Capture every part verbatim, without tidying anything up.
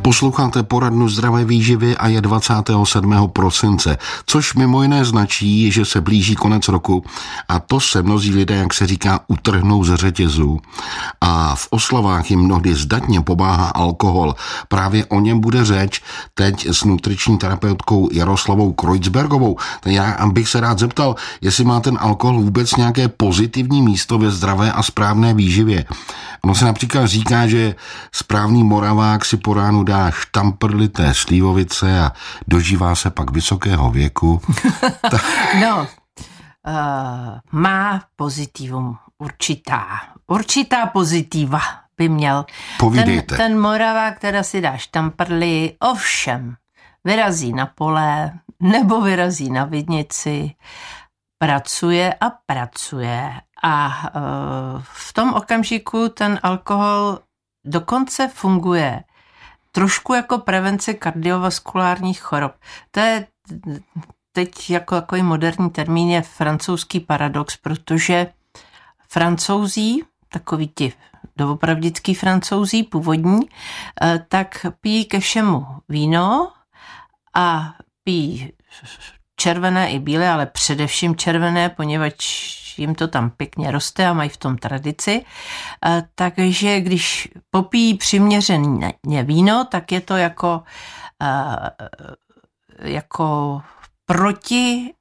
Posloucháte poradnu zdravé výživy a je dvacátého sedmého prosince, což mimo jiné značí, že se blíží konec roku a to se mnozí lidé, jak se říká, utrhnou ze řetězu. A v oslavách jim mnohdy zdatně pomáhá alkohol. Právě o něm bude řeč teď s nutriční terapeutkou Jaroslavou Kreuzbergovou. Já bych se rád zeptal, jestli má ten alkohol vůbec nějaké pozitivní místo ve zdravé a správné výživě. Ono se například říká, že správný Moravák si po ránu dá štamprlité slivovice a dožívá se pak vysokého věku. No, uh, má pozitivum určitá. Určitá pozitiva by měl. Povídejte. Ten, ten Moravák, která si dá štamprly, ovšem vyrazí na pole nebo vyrazí na vidnici, pracuje a pracuje a uh, v tom okamžiku ten alkohol dokonce funguje trošku jako prevence kardiovaskulárních chorob. To je teď jako takový moderní termín je francouzský paradox, protože Francouzí, takoví ti doopravdický Francouzí, původní, tak pijí ke všemu víno a pijí červené i bílé, ale především červené, poněvadž jim to tam pěkně roste a mají v tom tradici. Takže když popíjí přiměřeně víno, tak je to jako, jako proti,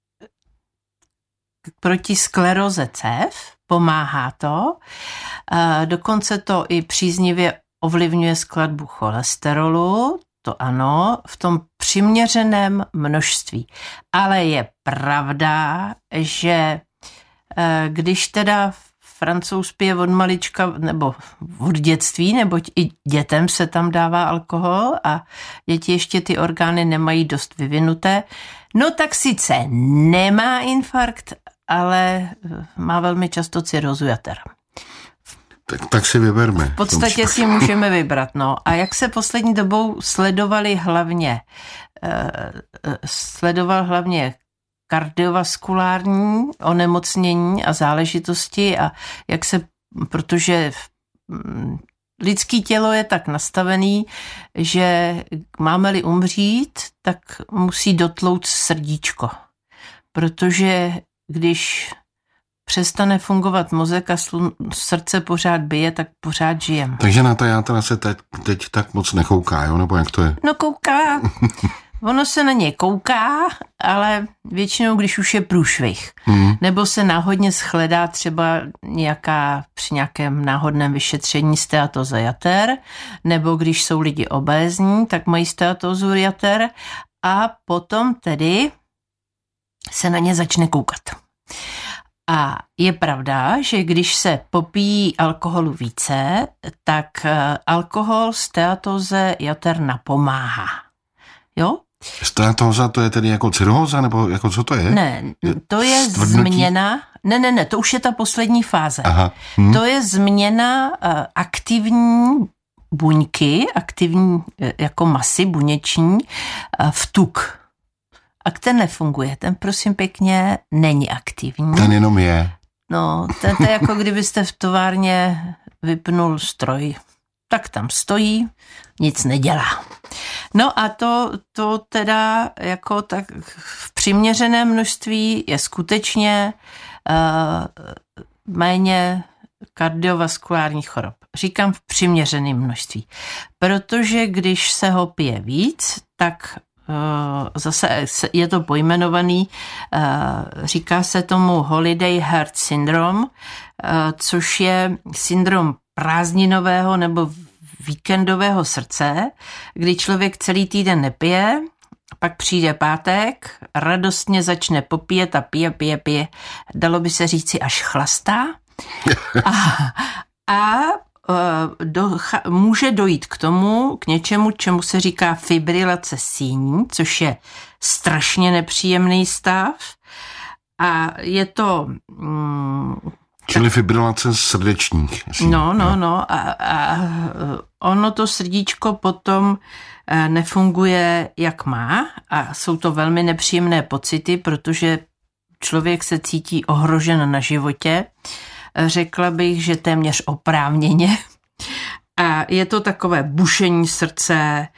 proti skleroze cév, pomáhá to. Dokonce to i příznivě ovlivňuje skladbu cholesterolu, to ano, v tom přiměřeném množství. Ale je pravda, že když teda Francouz pije od malička nebo od dětství, neboť i dětem se tam dává alkohol a děti ještě ty orgány nemají dost vyvinuté, no tak sice nemá infarkt, ale má velmi často cirhózu jater. Tak, tak si vyberme. V podstatě si můžeme vybrat. No. A jak se poslední dobou sledovali hlavně, eh, sledoval hlavně kardiovaskulární onemocnění a záležitosti a jak se, protože lidský tělo je tak nastavený, že máme-li umřít, tak musí dotlout srdíčko. Protože když přestane fungovat mozek a srdce pořád bije, tak pořád žijem. Takže na to játra se teď, teď tak moc nekouká, jo? Nebo jak to je? No kouká. Ono se na něj kouká, ale většinou, když už je průšvih. Mm. Nebo se náhodně shledá třeba nějaká, při nějakém náhodném vyšetření steatóza jater, nebo když jsou lidi obézní, tak mají steatózu jater a potom tedy se na ně začne koukat. A je pravda, že když se popíjí alkoholu více, tak alkohol steatóze jater napomáhá. Jo? Steatóza to je tedy jako cirhóza, nebo jako co to je? Ne, to je Stvrdnutí? změna, ne, ne, ne, to už je ta poslední fáze. Aha. Hm. To je změna uh, aktivní buňky, aktivní uh, jako masy buněční uh, v tuk. A ten nefunguje, ten prosím pěkně není aktivní. Ten jenom je. No, to, to je jako kdybyste v továrně vypnul stroj. Tak tam stojí, nic nedělá. No a to, to teda jako tak v přiměřeném množství je skutečně uh, méně kardiovaskulárních chorob. Říkám v přiměřeném množství. Protože když se ho pije víc, tak uh, zase je to pojmenovaný, uh, říká se tomu Holiday Heart Syndrome, uh, což je syndrom prázdninového nebo víkendového srdce, kdy člověk celý týden nepije, pak přijde pátek, radostně začne popíjet a pije, pije, pije. Dalo by se říci až chlastá. A, a do, může dojít k tomu, k něčemu, čemu se říká fibrilace síní, což je strašně nepříjemný stav. A je to... Mm, Čili fibrilace srdečních. No, no, no. A, a ono to srdíčko potom nefunguje, jak má a jsou to velmi nepříjemné pocity, protože člověk se cítí ohrožen na životě. Řekla bych, že téměř oprávněně. A je to takové bušení srdce,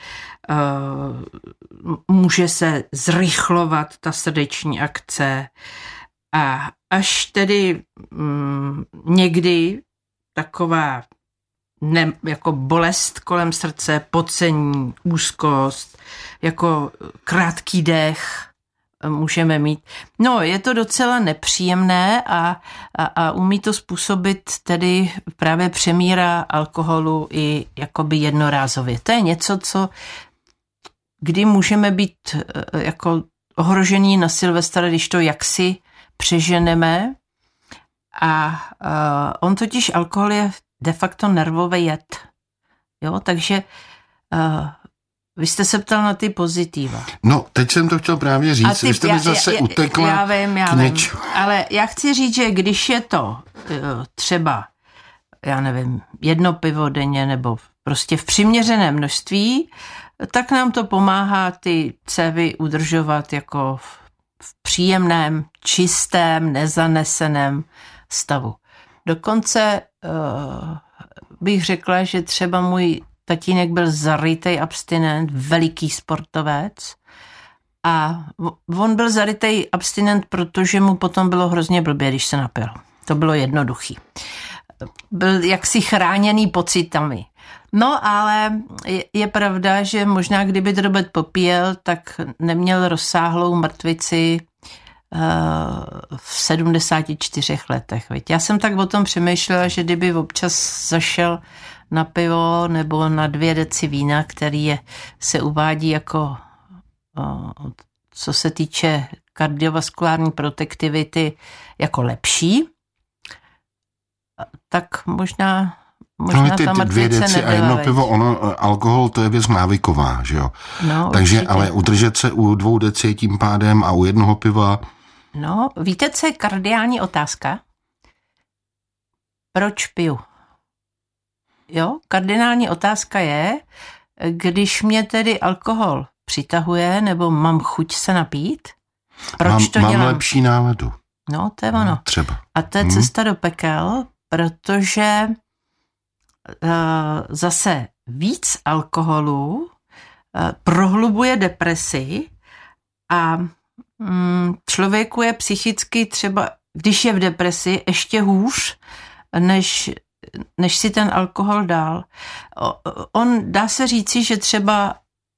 může se zrychlovat ta srdeční akce a až tedy mm, někdy taková ne, jako bolest kolem srdce, pocení, úzkost, jako krátký dech můžeme mít. No, je to docela nepříjemné a, a, a umí to způsobit tedy právě přemíra alkoholu i jakoby jednorázově. To je něco, co kdy můžeme být jako ohrožení na Silvestra, když to jaksi přeženeme. A uh, on totiž alkohol je de facto nervový jed. Jo, takže uh, vy jste se ptal na ty pozitiva. No, teď jsem to chtěl právě říct, vy jste mi zase já, utekla já vím, já k vím. Ale já chci říct, že když je to uh, třeba, já nevím, jedno pivo denně nebo prostě v přiměřeném množství, tak nám to pomáhá ty cévy udržovat jako v, v příjemném, čistém, nezaneseném stavu. Dokonce uh, bych řekla, že třeba můj tatínek byl zarytej abstinent, veliký sportovec a on byl zarytej abstinent, protože mu potom bylo hrozně blbě, když se napil. To bylo jednoduchý. Byl jaksi chráněný pocitami. No, ale je, je pravda, že možná kdyby Drobet popíjel, tak neměl rozsáhlou mrtvici uh, v sedmdesáti čtyřech letech. Viď? Já jsem tak o tom přemýšlela, že kdyby občas zašel na pivo nebo na dvě deci vína, který je, se uvádí jako, uh, co se týče kardiovaskulární protektivity, jako lepší, tak možná Možná no, ty, ty dvě deci a jedno pivo, ono, alkohol, to je věc návyková, že jo? No, takže určitě. Ale udržet se u dvou deci tím pádem a u jednoho piva. No, víte, co je kardiální otázka? Proč piju? Jo, kardinální otázka je, když mě tedy alkohol přitahuje, nebo mám chuť se napít, proč mám, to mám dělám? Mám lepší náladu. No, to je ono. No, třeba. A to je hmm. cesta do pekel, protože zase víc alkoholu prohlubuje depresi a člověku je psychicky třeba, když je v depresi, ještě hůř, než, než si ten alkohol dal. On dá se říci, že třeba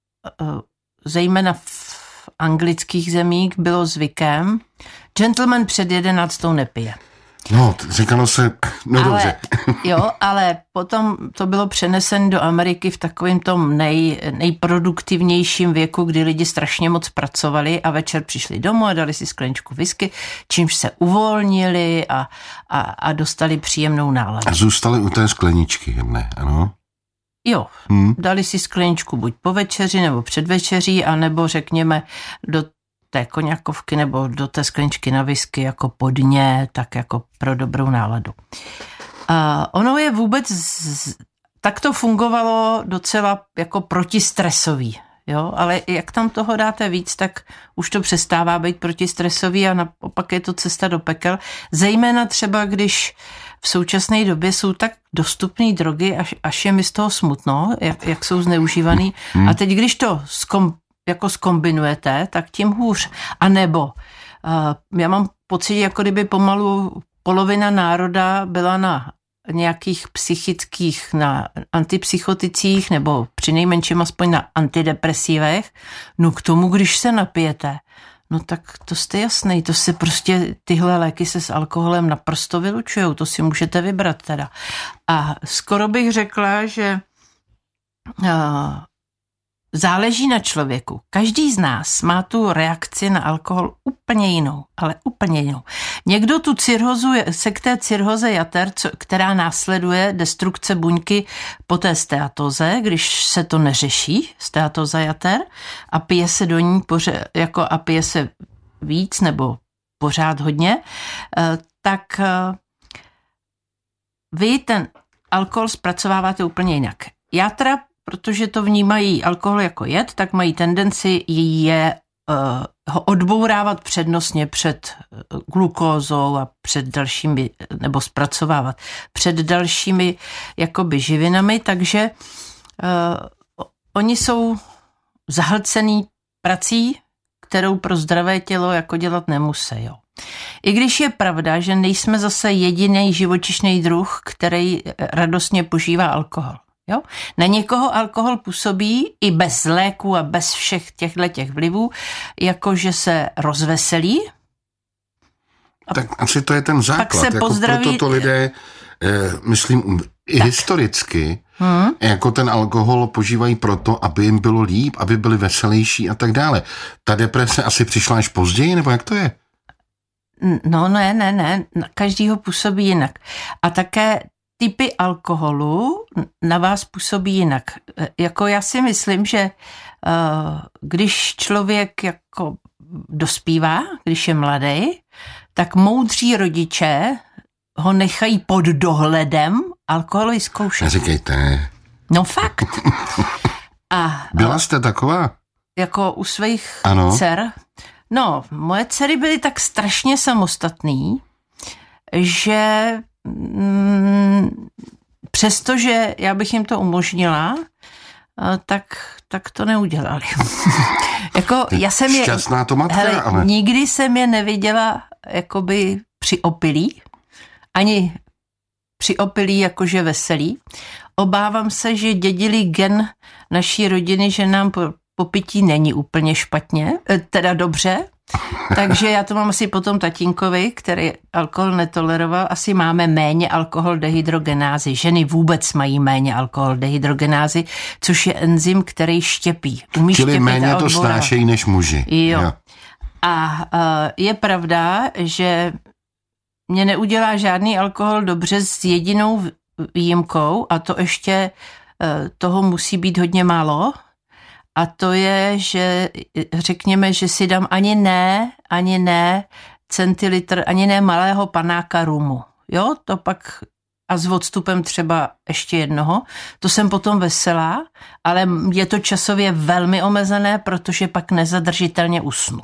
zejména v anglických zemích bylo zvykem, gentleman před jedenáctou nepije. No, říkalo se, no ale, dobře. Jo, ale potom to bylo přeneseno do Ameriky v takovém tom nej, nejproduktivnějším věku, kdy lidi strašně moc pracovali a večer přišli domů a dali si skleničku whisky, čímž se uvolnili a, a, a dostali příjemnou náladu. A zůstali u té skleničky jedné, ano? Jo, hmm. dali si skleničku buď po večeři nebo před večeří, anebo řekněme do té koňakovky nebo do té skleničky na whisky jako podně, tak jako pro dobrou náladu. A ono je vůbec, tak to fungovalo docela jako protistresový, jo, ale jak tam toho dáte víc, tak už to přestává být protistresový a naopak je to cesta do pekel. Zejména třeba, když v současné době jsou tak dostupné drogy, až, až je mi z toho smutno, jak, jak jsou zneužívaný. Hmm. A teď, když to zkom, jako zkombinujete, tak tím hůř. A nebo uh, já mám pocit, jako kdyby pomalu polovina národa byla na nějakých psychických, na antipsychoticích nebo přinejmenším aspoň na antidepresívech. No k tomu, když se napijete, no tak to jste jasný, to se prostě, tyhle léky se s alkoholem naprosto vylučujou, to si můžete vybrat teda. A skoro bych řekla, že uh, záleží na člověku. Každý z nás má tu reakci na alkohol úplně jinou, ale úplně jinou. Někdo tu cirhozu, se k té cirhoze jater, co, která následuje destrukce buňky po té steatoze, když se to neřeší, steatoza jater, a pije se do ní poře, jako a pije se víc nebo pořád hodně, tak vy ten alkohol zpracováváte úplně jinak. Játra, protože to vnímají alkohol jako jed, tak mají tendenci je ho odbourávat přednostně před glukózou a před dalšími, nebo zpracovávat před dalšími jakoby živinami, takže uh, oni jsou zahlcený prací, kterou pro zdravé tělo jako dělat nemusí. Jo. I když je pravda, že nejsme zase jediný živočišný druh, který radostně požívá alkohol. Jo? Na někoho alkohol působí i bez léku a bez všech těchto těch vlivů, jakože se rozveselí. Tak asi to je ten základ. Pak se jako pozdraví... Proto to lidé, eh, myslím, i tak. historicky, hmm. jako ten alkohol požívají proto, aby jim bylo líp, aby byli veselější a tak dále. Ta deprese asi přišla až později, nebo jak to je? No ne, ne, ne. Každýho působí jinak. A také typy alkoholu na vás působí jinak. Jako já si myslím, že uh, když člověk jako dospívá, když je mladý, tak moudří rodiče ho nechají pod dohledem alkohol vyzkoušet. Neříkejte. No fakt. A, Byla jste taková? Jako u svých ano. dcer. No, moje dcery byly tak strašně samostatný, že mm, přestože já bych jim to umožnila, tak, tak to neudělali. Jako, já jsem je, šťastná to matka, hele, ale... nikdy jsem je neviděla jakoby při opilí, ani při opilí jakože veselí. Obávám se, že dědili gen naší rodiny, že nám po, po pití není úplně špatně, teda dobře. Takže já to mám asi po tom tatínkovi, který alkohol netoleroval. Asi máme méně alkohol dehydrogenázy. Ženy vůbec mají méně alkohol dehydrogenázy, což je enzym, který štěpí. Umí Čili štěpit méně to snášejí než muži. Jo. jo. A uh, je pravda, že mě neudělá žádný alkohol dobře s jedinou výjimkou, a to ještě uh, toho musí být hodně málo. A to je, že řekněme, že si dám ani ne, ani ne centilitr, ani ne malého panáka rumu. Jo, to pak a s odstupem třeba ještě jednoho. To jsem potom veselá, ale je to časově velmi omezené, protože pak nezadržitelně usnu.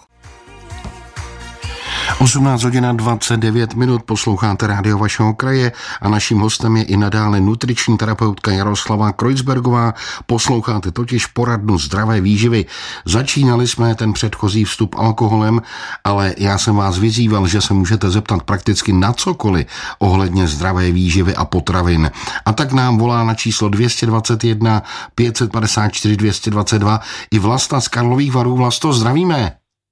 osmnáct hodin dvacet devět minut, posloucháte rádio vašeho kraje a naším hostem je i nadále nutriční terapeutka Jaroslava Kreuzbergová. Posloucháte totiž poradnu zdravé výživy. Začínali jsme ten předchozí vstup alkoholem, ale já jsem vás vyzýval, že se můžete zeptat prakticky na cokoliv ohledně zdravé výživy a potravin. A tak nám volá na číslo dvě stě dvacet jedna pět set padesát čtyři dvě stě dvacet dva i Vlasta z Karlových Varů. Vlasto, zdravíme.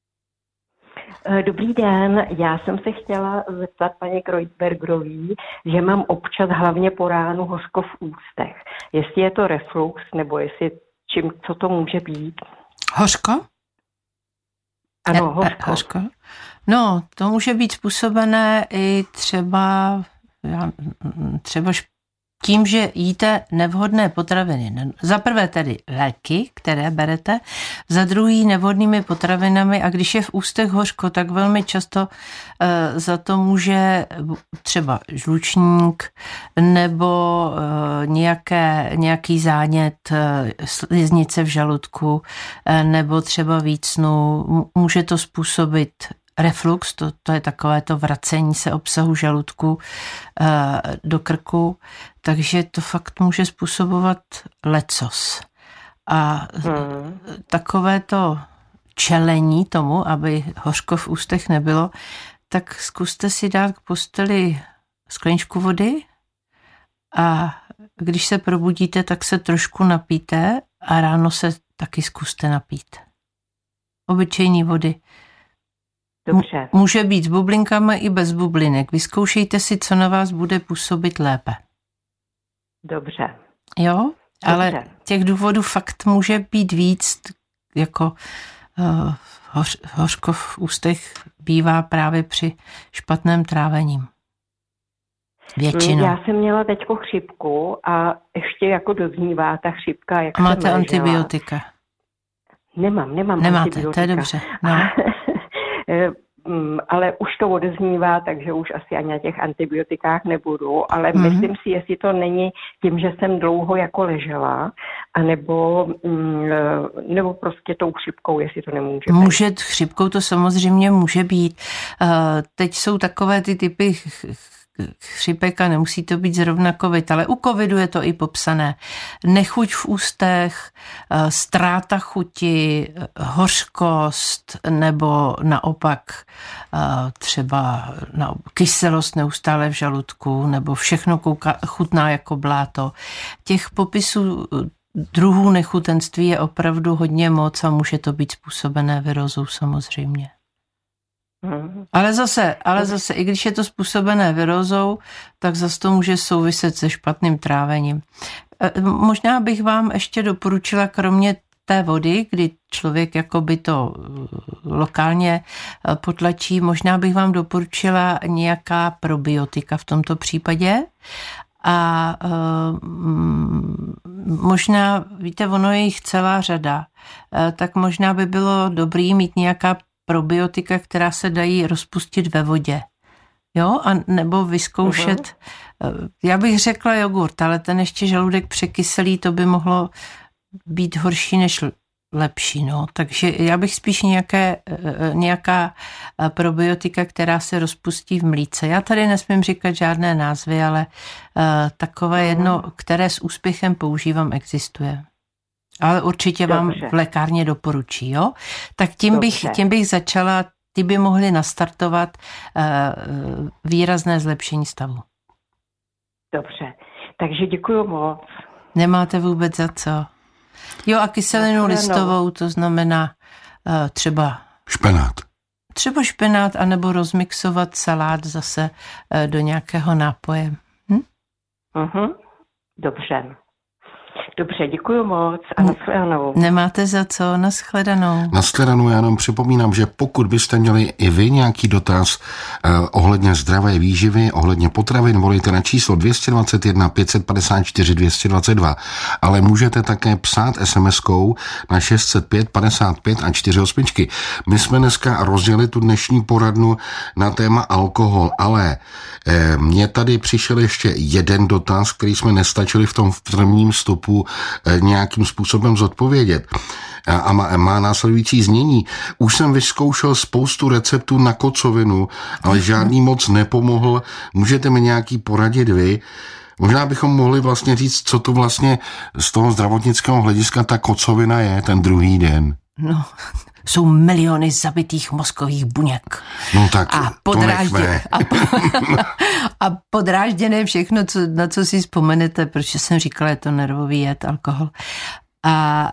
Dobrý den, já jsem se chtěla zeptat paní Kreuzbergový, že mám občas hlavně po ránu hořko v ústech. Jestli je to reflux, nebo jestli čím, co to může být? Hořko? Ano, hořko. hořko. No, to může být způsobené i třeba, třeba tím, že jíte nevhodné potraviny. Za prvé tedy léky, které berete, za druhý nevhodnými potravinami, a když je v ústech hořko, tak velmi často uh, za to může třeba žlučník nebo uh, nějaké, nějaký zánět, uh, sliznice v žaludku, uh, nebo třeba vícnu. Může to způsobit reflux, to, to je takové to vracení se obsahu žaludku uh, do krku, takže to fakt může způsobovat lecos. A hmm. takové to čelení tomu, aby hořko v ústech nebylo, tak zkuste si dát k posteli skleničku vody a když se probudíte, tak se trošku napijte a ráno se taky zkuste napít. Obyčejný vody. Dobře. Může být s bublinkami i bez bublinek. Vyzkoušejte si, co na vás bude působit lépe. Dobře. Jo, Dobře. Ale těch důvodů fakt může být víc, jako uh, hoř, hořko v ústech bývá právě při špatném trávení. Většinou. Já jsem měla teďko chřipku a ještě jako doznívá ta chřipka, jak Máte jsem antibiotika? Nemám, nemám Nemáte, antibiotika. to je dobře. No. ale už to odeznívá, takže už asi ani na těch antibiotikách nebudu, ale mm. myslím si, jestli to není tím, že jsem dlouho jako ležela, anebo nebo prostě tou chřipkou, jestli to nemůže být. Může, chřipkou to samozřejmě může být. Teď jsou takové ty typy chřipek a nemusí to být zrovna covid, ale u covidu je to i popsané. Nechuť v ústech, ztráta chuti, hořkost nebo naopak třeba kyselost neustále v žaludku nebo všechno kouká, chutná jako bláto. Těch popisů druhů nechutenství je opravdu hodně moc a může to být způsobené virózou samozřejmě. Ale zase, ale zase, i když je to způsobené virózou, tak zase to může souviset se špatným trávením. Možná bych vám ještě doporučila, kromě té vody, kdy člověk jakoby to lokálně potlačí, možná bych vám doporučila nějaká probiotika v tomto případě. A uh, možná, víte, ono je jich celá řada, uh, tak možná by bylo dobrý mít nějaká probiotika, která se dají rozpustit ve vodě. Jo, a nebo vyzkoušet, uh-huh. já bych řekla jogurt, ale ten ještě žaludek překyselý, to by mohlo být horší než lepší, no. Takže já bych spíš nějaké, nějaká probiotika, která se rozpustí v mlíce. Já tady nesmím říkat žádné názvy, ale takové jedno, které s úspěchem používám, existuje. Ale určitě vám Dobře. v lékárně doporučí, jo? Tak tím bych, tím bych začala, ty by mohly nastartovat výrazné zlepšení stavu. Dobře, takže děkuju moc. Nemáte vůbec za co. Jo, a kyselinu listovou, to znamená uh, třeba špenát. Třeba špenát, anebo rozmixovat salát zase uh, do nějakého nápoje. Hm? Uh-huh. Dobře. Dobře, děkuju moc a nashledanou. Nemáte za co, nashledanou. Nashledanou, já jenom připomínám, že pokud byste měli i vy nějaký dotaz eh, ohledně zdravé výživy, ohledně potravin, volejte na číslo dvě dvacet jedna pět padesát čtyři dvě dvacet dva, ale můžete také psát es em eskou na šest set pět padesát pět a čtyři osmičky. My jsme dneska rozdělili tu dnešní poradnu na téma alkohol, ale eh, mně tady přišel ještě jeden dotaz, který jsme nestačili v tom prvním vstupu nějakým způsobem zodpovědět. A má, má následující znění. Už jsem vyzkoušel spoustu receptů na kocovinu, ale žádný moc nepomohl. Můžete mi nějaký poradit vy? Možná bychom mohli vlastně říct, co to vlastně z toho zdravotnického hlediska ta kocovina je ten druhý den. No, jsou miliony zabitých mozkových buněk. No tak a podráždě, a, po, a podrážděné všechno, co, na co si vzpomenete, protože jsem říkala, je to nervový jed, alkohol. A,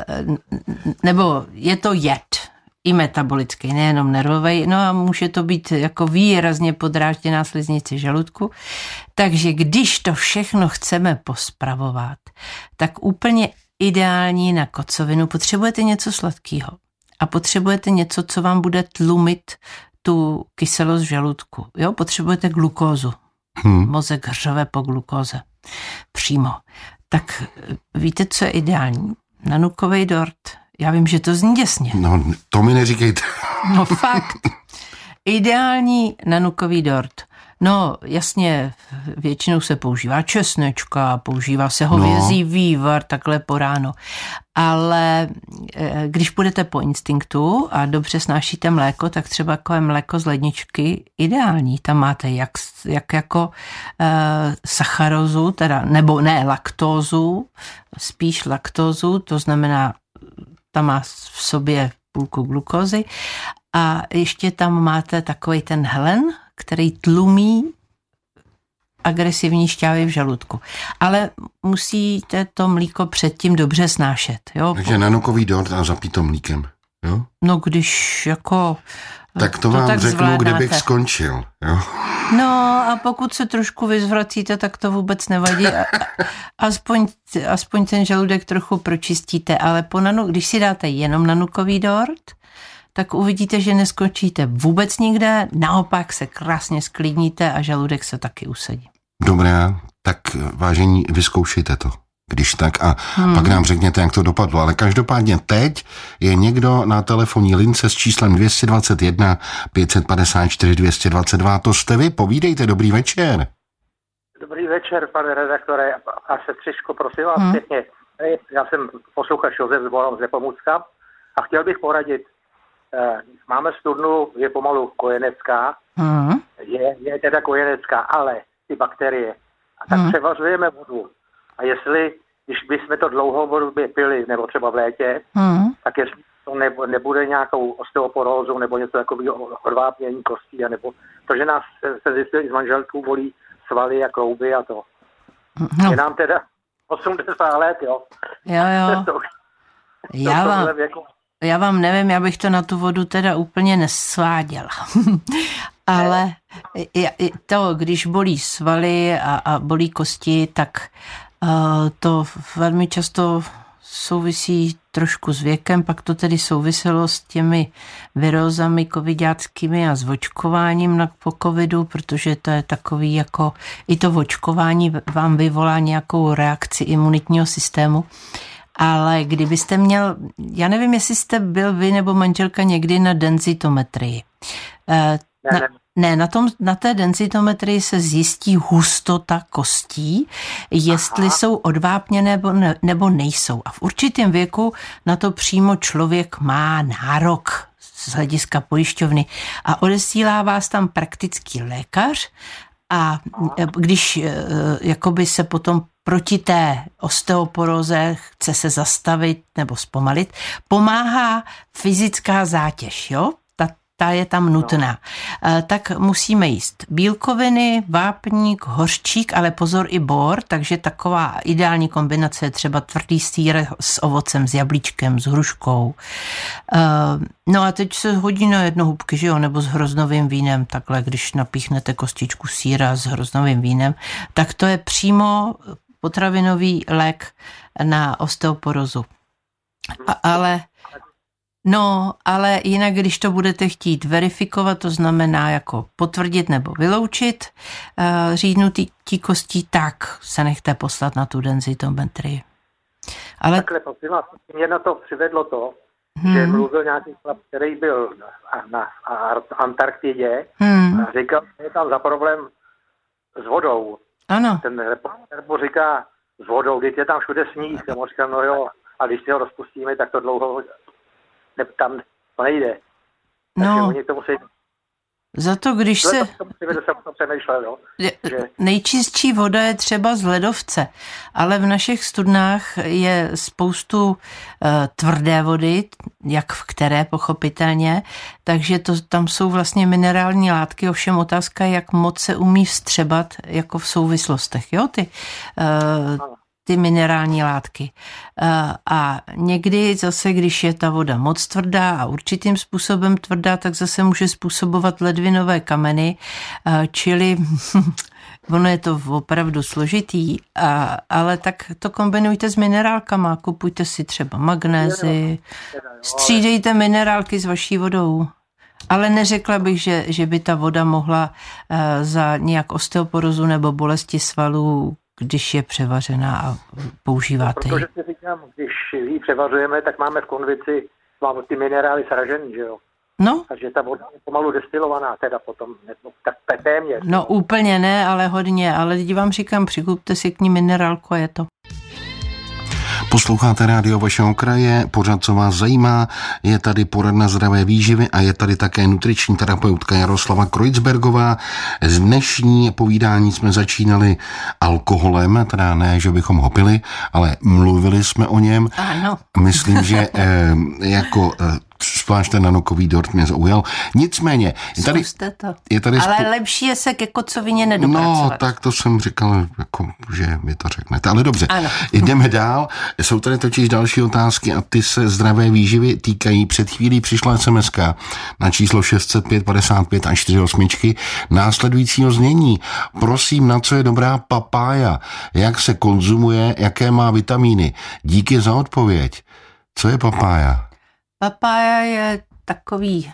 nebo je to jed, i metabolický, nejenom nervový, no a může to být jako výrazně podrážděná sliznice žaludku. Takže když to všechno chceme pospravovat, tak úplně ideální na kocovinu potřebujete něco sladkého a potřebujete něco, co vám bude tlumit tu kyselost v žaludku. Jo, potřebujete glukózu. Hmm. Mozek hřove po glukóze. Přímo. Tak víte, co je ideální? Nanukový dort. Já vím, že to zní děsně. No, to mi neříkejte. No fakt. Ideální nanukový dort. No, jasně, většinou se používá česnečka, používá se hovězí no. vývar, takhle po ráno. Ale když půjdete po instinktu a dobře snášíte mléko, tak třeba takové mléko z ledničky ideální. Tam máte jak, jak jako e, sacharózu, teda, nebo ne laktózu, spíš laktózu, to znamená, tam má v sobě půlku glukózy a ještě tam máte takovej ten helen, který tlumí agresivní šťávy v žaludku. Ale musíte to mlíko předtím dobře snášet. Jo? Takže nanukový dort a zapít to mlíkem. Jo? No když jako... Tak to, to vám tak řeknu, zvládáte. Kde bych skončil. Jo? No a pokud se trošku vyzvracíte, tak to vůbec nevadí. Aspoň, aspoň ten žaludek trochu pročistíte, ale po nanu, když si dáte jenom nanukový dort, tak uvidíte, že neskončíte vůbec nikde, naopak se krásně sklidníte a žaludek se taky usadí. Dobrá, tak vážení, vyzkoušejte to. Když tak a hmm. pak nám řekněte, jak to dopadlo. Ale každopádně teď je někdo na telefonní lince s číslem dvě stě dvacet jedna pět set padesát čtyři dvě stě dvacet dva. To jste vy, povídejte, dobrý večer. Dobrý večer, pane redaktore a sestřičko, prosím vás hmm. pěkně. Já jsem posluchač Josef z Nepomůcka a chtěl bych poradit. Máme studnu, je pomalu kojenecká, hmm. je, je teda kojenecká, ale ty bakterie. A tak hmm. převařujeme vodu. A jestli, když bychom to dlouhou vodu pili, nebo třeba v létě, hmm. tak jestli to ne, nebude nějakou osteoporózu, nebo něco takového odvápnění kostí, nebo protože nás se zjistili z manželků bolí svaly a klouby a to. No. Je nám teda osmdesát let, jo. Jo, jo. to, to, já, vám, já vám nevím, já bych to na tu vodu teda úplně nesváděla. Ale to, když bolí svaly a, a bolí kosti, tak uh, to velmi často souvisí trošku s věkem, pak to tedy souviselo s těmi virózami covidáckými a s očkováním na, po covidu, protože to je takový jako, i to očkování vám vyvolá nějakou reakci imunitního systému. Ale kdybyste měl, já nevím, jestli jste byl vy nebo manželka někdy na denzitometrii. Uh, Na, ne, na, tom, na té denzitometrii se zjistí hustota kostí, jestli Aha. jsou odvápněné nebo, ne, nebo nejsou. A v určitém věku na to přímo člověk má nárok z hlediska pojišťovny a odesílá vás tam praktický lékař a když jakoby se potom proti té osteoporóze chce se zastavit nebo zpomalit, pomáhá fyzická zátěž, jo? Ta je tam nutná. No. Tak musíme jíst bílkoviny, vápník, hořčík, ale pozor i bor, takže taková ideální kombinace je třeba tvrdý sýr s ovocem, s jablíčkem, s hruškou. No a teď se hodí na jedno hubky, že jo, nebo s hroznovým vínem, takhle, když napíchnete kostičku sýra s hroznovým vínem, tak to je přímo potravinový lék na osteoporózu. A, ale No, ale jinak, když to budete chtít verifikovat, to znamená jako potvrdit nebo vyloučit uh, řídnutí kostí, tak se nechte poslat na tu denzitometrii. Ale... Takhle, prosím vás, mě na to přivedlo to, hmm. že mluvil nějaký chlap, který byl na, na Antarktidě hmm. a říkal, že je tam za problém s vodou. Ano. Ten reportér mu říká, s vodou, když je tam všude sníh, a mu říkám, no jo, a když si ho rozpustíme, tak to dlouho... Ne, tam to nejde. No, oni to musí... za to, když se... Že... Nejčistší voda je třeba z ledovce, ale v našich studnách je spoustu uh, tvrdé vody, jak v které pochopitelně, takže to, tam jsou vlastně minerální látky, ovšem otázka je, jak moc se umí vstřebat jako v souvislostech, jo, ty... Uh, ty minerální látky. A někdy zase, když je ta voda moc tvrdá a určitým způsobem tvrdá, tak zase může způsobovat ledvinové kameny, čili ono je to opravdu složitý, a, ale tak to kombinujte s minerálkama, kupujte si třeba magnézy, střídejte minerálky s vaší vodou. Ale neřekla bych, že, že by ta voda mohla za nějak osteoporózu nebo bolesti svalů, když je převařená a používáte no, protože si říkám, když ji převařujeme, tak máme v konvici máme ty minerály sražený, že jo? No. Takže ta voda je pomalu destilovaná, teda potom, nebo tak téměř. No jo. Úplně ne, ale hodně, ale lidi vám říkám, přikupte si k ní minerálku a je to. Posloucháte rádio vašeho kraje, pořád co vás zajímá, je tady poradna zdravé výživy a je tady také nutriční terapeutka Jaroslava Kreuzbergová. Z dnešní povídání jsme začínali alkoholem, teda ne, že bychom ho pili, ale mluvili jsme o něm. Ano. Myslím, že eh, jako eh, zvlášť ten nanokový dort mě zaujal. Nicméně, je tady, je tady ale spo... lepší je se ke kocovině nedopracovat. No, tak to jsem říkal, jako, že mi to řeknete. Ale dobře, ano. Jdeme dál. Jsou tady totiž další otázky a ty se zdravé výživy týkají. Před chvílí přišla es em eska na číslo šest set pět padesát pět a čtyři osmičky následujícího znění. Prosím, na co je dobrá papája? Jak se konzumuje? Jaké má vitamíny? Díky za odpověď. Co je papája? Papája je takový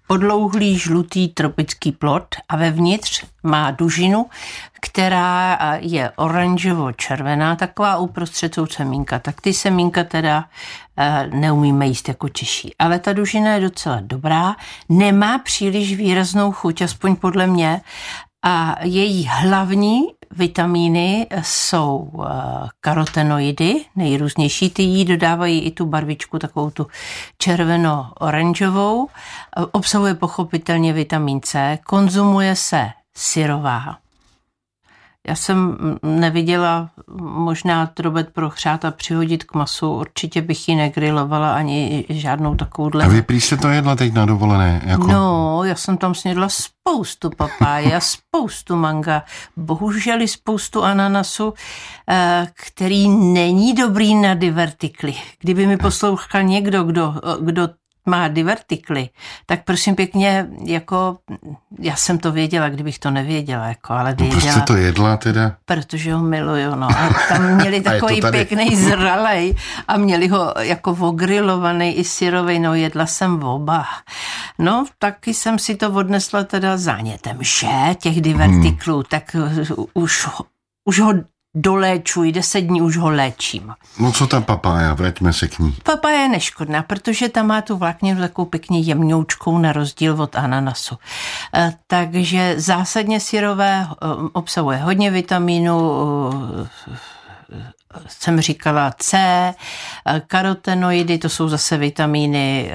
podlouhlý žlutý tropický plod a vevnitř má dužinu, která je oranžovo-červená, taková uprostřed jsou semínka. Tak ty semínka teda neumíme jíst jako Češi. Ale ta dužina je docela dobrá, nemá příliš výraznou chuť, aspoň podle mě, a její hlavní vitamíny jsou karotenoidy, nejrůznější, ty jí dodávají i tu barvičku, takovou tu červeno-oranžovou. Obsahuje pochopitelně vitamin C, konzumuje se syrová. Já jsem neviděla možná drobet prochřát a přihodit k masu, určitě bych ji negrilovala ani žádnou takovouhle. A vy prý jste to jedla teď na dovolené? Jako... No, já jsem tam snědla spoustu papáje a spoustu manga, bohužel i spoustu ananasu, který není dobrý na divertikly. Kdyby mi poslouchal někdo, kdo, kdo má divertikly, tak prosím pěkně, jako já jsem to věděla, kdybych to nevěděla, jako, ale věděla. Proč jste to jedla teda? Protože ho miluju, no. A tam měli takový pěkný zralej a měli ho jako ogrilovaný i syrovej, no jedla jsem oba. No, taky jsem si to odnesla teda zánětem, že? Těch divertiklů, hmm. tak už, už ho doléčuji, deset dní už ho léčím. No co ta papája, vraťme se k ní. Papája je neškodná, protože tam má tu vlákninu takovou pěkně jemňoučkou na rozdíl od ananasu. E, takže zásadně syrové obsahuje hodně vitamínu, jsem říkala C, karotenoidy, to jsou zase vitamíny,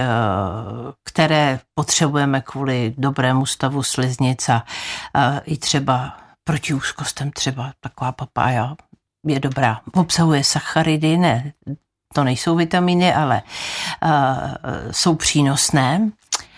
které potřebujeme kvůli dobrému stavu sliznic a i třeba proti úzkostem třeba taková papája je dobrá. Obsahuje sacharidy, ne, to nejsou vitamíny, ale uh, jsou přínosné.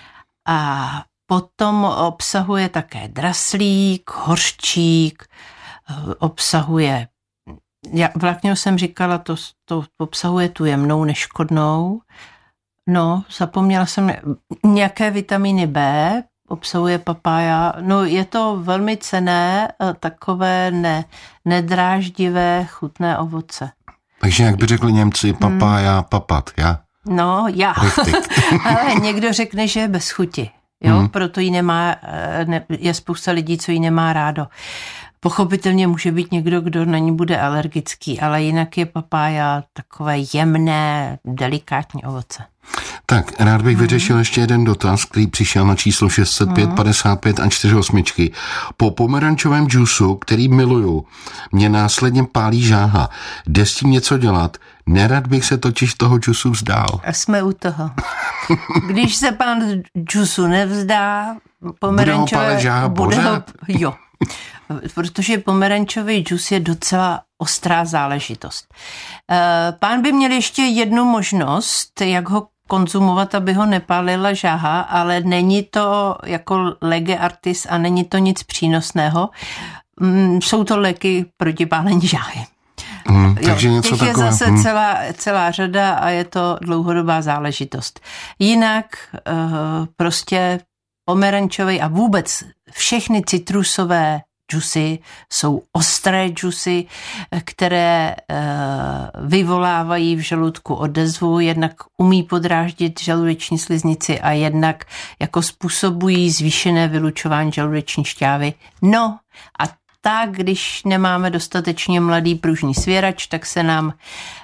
A potom obsahuje také draslík, hořčík, uh, obsahuje, já vlákninu jsem říkala, to, to obsahuje tu jemnou, neškodnou. No, zapomněla jsem nějaké vitamíny B, obsahuje papája. No je to velmi cenné, takové ne, nedráždivé, chutné ovoce. Takže jak by řekli Němci, papája, hmm. papat, já? No, já. Ale někdo řekne, že je bez chuti. Jo, hmm. proto jí nemá, ne, je spousta lidí, co jí nemá rádo. Pochopitelně může být někdo, kdo na ní bude alergický, ale jinak je papája takové jemné, delikátní ovoce. Tak, rád bych vyřešil ještě jeden dotaz, který přišel na číslo šest set pět padesát pět a čtyři osm. Po pomerančovém džusu, který miluju, mě následně pálí žáha. Jde s tím něco dělat? Nerad bych se totiž toho džusu vzdál. A jsme u toho. Když se pán džusu nevzdá, pomerančové... Bude ho pálit žáha pořád? Jo. Protože pomerančový džus je docela ostrá záležitost. Pán by měl ještě jednu možnost, jak ho konzumovat, aby ho nepálila žáha, ale není to jako lege artis a není to nic přínosného. Jsou to léky proti pálení žáhy. Hmm, takže jo, něco těch takové. je zase hmm. celá, celá řada a je to dlouhodobá záležitost. Jinak uh, prostě pomerančový a vůbec všechny citrusové džusy jsou ostré džusy, které uh, vyvolávají v žaludku odezvu, jednak umí podráždit žaludeční sliznici a jednak jako způsobují zvýšené vylučování žaludeční šťávy. No a tak, když nemáme dostatečně mladý pružný svěrač, tak se nám uh,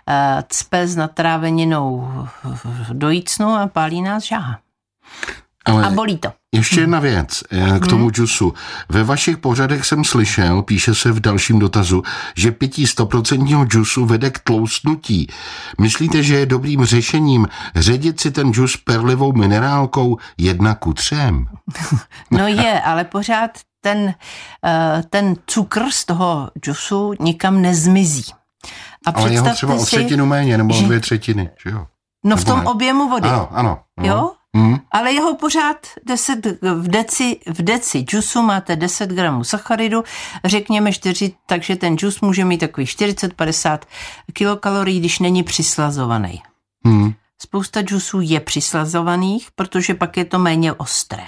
cpe s natráveninou do jícnu a pálí nás žáha. Ale a bolí to. Ještě jedna věc k tomu džusu. Ve vašich pořadech jsem slyšel, píše se v dalším dotazu, že pití stoprocentního džusu vede k tloustnutí. Myslíte, že je dobrým řešením ředit si ten džus perlivou minerálkou jedna ku třem? No je, ale pořád ten, ten cukr z toho džusu nikam nezmizí. A ale jeho třeba o třetinu méně, nebo o dvě třetiny, že jo? No v tom ne? objemu vody. Ano, ano. ano. Jo? Hmm. Ale jeho pořád deset, v deci, v deci džusu máte deset gramů sacharidu, řekněme čtyři, takže ten džus může mít takový čtyřicet padesát kilokalorií, když není přislazovaný. Hmm. Spousta džusů je přislazovaných, protože pak je to méně ostré.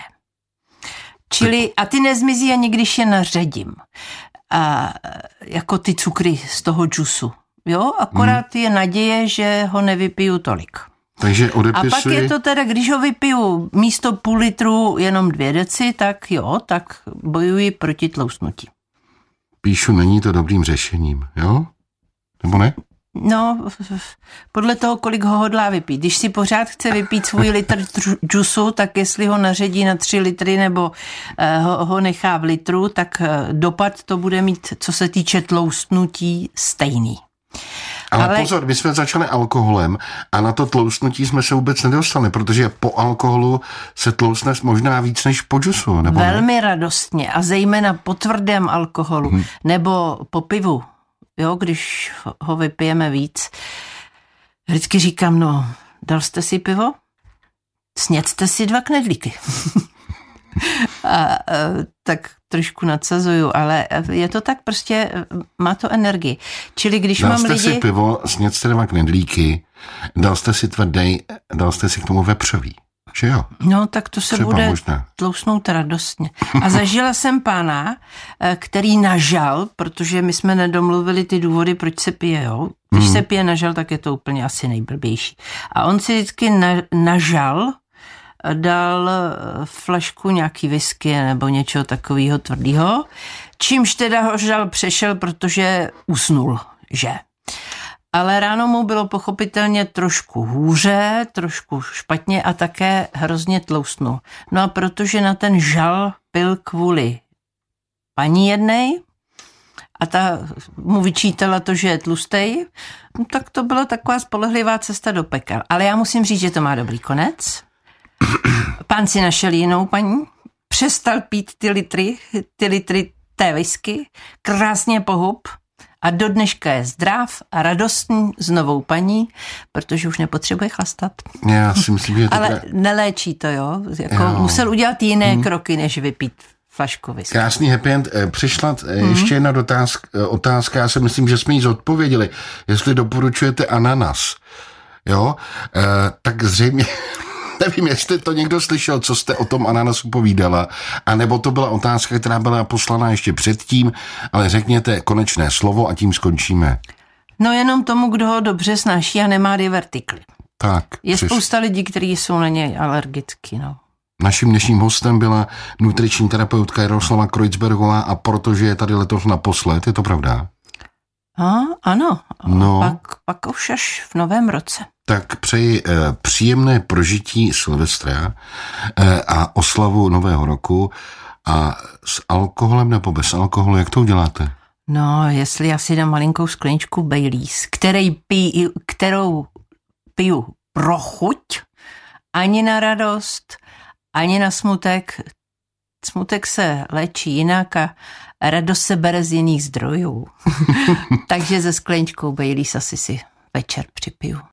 Čili, a ty nezmizí ani když je naředím. A, jako ty cukry z toho džusu. Jo, akorát hmm. je naděje, že ho nevypiju tolik. Takže odepisuji. A pak je to teda, když ho vypiju místo půl litru jenom dvě deci, tak jo, tak bojuji proti tloustnutí. Píšu, není to dobrým řešením, jo? Nebo ne? No, podle toho, kolik ho hodlá vypít. Když si pořád chce vypít svůj litr džusu, tak jestli ho naředí na tři litry nebo ho, ho nechá v litru, tak dopad to bude mít, co se týče tloustnutí, stejný. Ale, Ale pozor, my jsme začali alkoholem a na to tloustnutí jsme se vůbec nedostali, protože po alkoholu se tloustne možná víc než po džusu, nebo Velmi ne? radostně a zejména po tvrdém alkoholu hmm. nebo po pivu. Jo, když ho vypijeme víc. Vždycky říkám, no, dal jste si pivo? Snědste si dva knedlíky. a, a tak trošku nadsazuju, ale je to tak prostě, má to energii. Čili když dal mám lidi... lidi... Dal jste si pivo, snědste dva knedlíky, dal jste si tvrdej, dal jste si k tomu vepřový. Že jo? No, tak to se Třeba bude možná. tlousnout radostně. A zažila jsem pána, který nažal, protože my jsme nedomluvili ty důvody, proč se pije, jo. Když hmm. se pije nažal, tak je to úplně asi nejblbější. A on si vždycky na, nažal, dal flašku nějaký whisky nebo něčeho takového tvrdého, čímž teda ho žal přešel, protože usnul, že? Ale ráno mu bylo pochopitelně trošku hůře, trošku špatně a také hrozně tloustnul. No a protože na ten žal pil kvůli paní jednej a ta mu vyčítala to, že je tlustej, no tak to byla taková spolehlivá cesta do pekel. Ale já musím říct, že to má dobrý konec. Pán si našel jinou paní, přestal pít ty litry, ty litry té whisky, krásně pohub, a do dneška je zdrav a radostný s novou paní, protože už nepotřebuje chlastat. Já si myslím, že to Ale krá... neléčí to, jo. Jako jo. Musel udělat jiné hmm. kroky, než vypít flašku whisky. Krásný happy end. Přišla hmm. ještě jedna dotázka, otázka, já si myslím, že jsme ji zodpověděli. Jestli doporučujete ananas, jo, e, tak zřejmě... Nevím, jestli to někdo slyšel, co jste o tom ananasu povídala, anebo to byla otázka, která byla poslaná ještě předtím, ale řekněte konečné slovo a tím skončíme. No jenom tomu, kdo ho dobře snáší a nemá divertikly. Tak. Je přes... spousta lidí, kteří jsou na něj alergický, no. Naším dnešním hostem byla nutriční terapeutka Jaroslava Kreuzbergová a protože je tady letos naposled, je to pravda? A, ano, no. pak, pak už až v novém roce. Tak přeji eh, příjemné prožití Silvestra eh, a oslavu nového roku a s alkoholem nebo bez alkoholu, jak to uděláte? No, jestli já si dám malinkou skleničku Baileys, který pí, kterou piju pro chuť, ani na radost, ani na smutek. Smutek se léčí jinak a radost se bere z jiných zdrojů. Takže ze skleničkou Baileys asi si večer připiju.